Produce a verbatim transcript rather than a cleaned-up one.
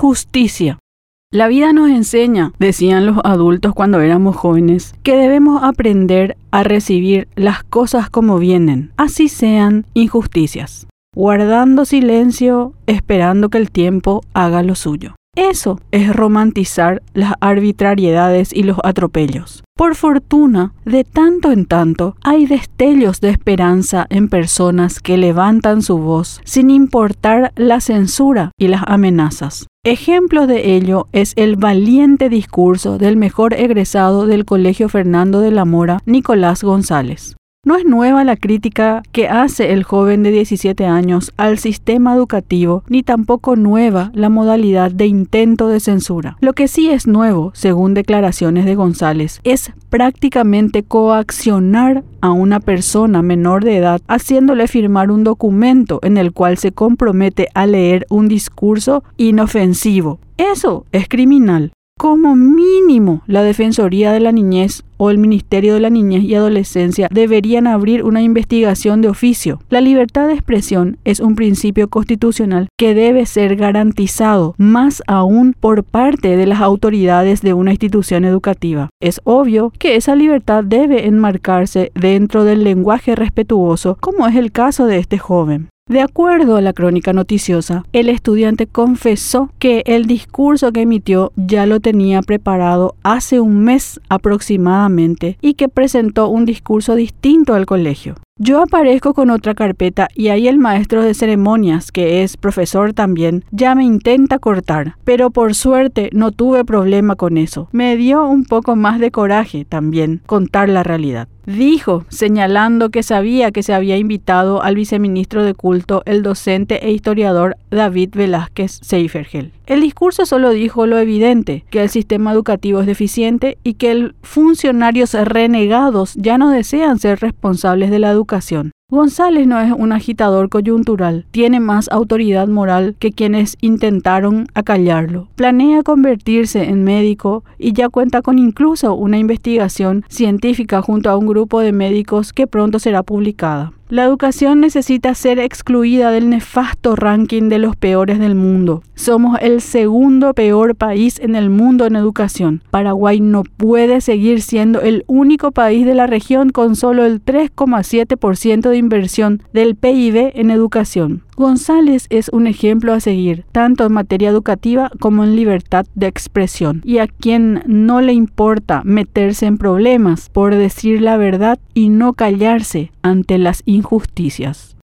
justicia. La vida nos enseña, decían los adultos cuando éramos jóvenes, que debemos aprender a recibir las cosas como vienen, así sean injusticias, guardando silencio, esperando que el tiempo haga lo suyo. Eso es romantizar las arbitrariedades y los atropellos. Por fortuna, de tanto en tanto, hay destellos de esperanza en personas que levantan su voz sin importar la censura y las amenazas. Ejemplo de ello es el valiente discurso del mejor egresado del Colegio Fernando de la Mora, Nicolás González. No es nueva la crítica que hace el joven de diecisiete años al sistema educativo, ni tampoco nueva la modalidad de intento de censura. Lo que sí es nuevo, según declaraciones de González, es prácticamente coaccionar a una persona menor de edad, haciéndole firmar un documento en el cual se compromete a leer un discurso inofensivo. Eso es criminal. Como mínimo, la Defensoría de la Niñez o el Ministerio de la Niñez y Adolescencia deberían abrir una investigación de oficio. La libertad de expresión es un principio constitucional que debe ser garantizado, más aún por parte de las autoridades de una institución educativa. Es obvio que esa libertad debe enmarcarse dentro del lenguaje respetuoso, como es el caso de este joven. De acuerdo a la crónica noticiosa, el estudiante confesó que el discurso que emitió ya lo tenía preparado hace un mes aproximadamente y que presentó un discurso distinto al colegio. Yo aparezco con otra carpeta y ahí el maestro de ceremonias, que es profesor también, ya me intenta cortar, pero por suerte no tuve problema con eso. Me dio un poco más de coraje también contar la realidad. Dijo, señalando que sabía que se había invitado al viceministro de culto, el docente e historiador David Velázquez Seifergel. El discurso solo dijo lo evidente, que el sistema educativo es deficiente y que los funcionarios renegados ya no desean ser responsables de la educación. González no es un agitador coyuntural, tiene más autoridad moral que quienes intentaron acallarlo. Planea convertirse en médico y ya cuenta con incluso una investigación científica junto a un grupo de médicos que pronto será publicada. La educación necesita ser excluida del nefasto ranking de los peores del mundo. Somos el segundo peor país en el mundo en educación. Paraguay no puede seguir siendo el único país de la región con solo el tres coma siete por ciento de inversión del P I B en educación. González es un ejemplo a seguir, tanto en materia educativa como en libertad de expresión, y a quien no le importa meterse en problemas por decir la verdad y no callarse ante las injusticias.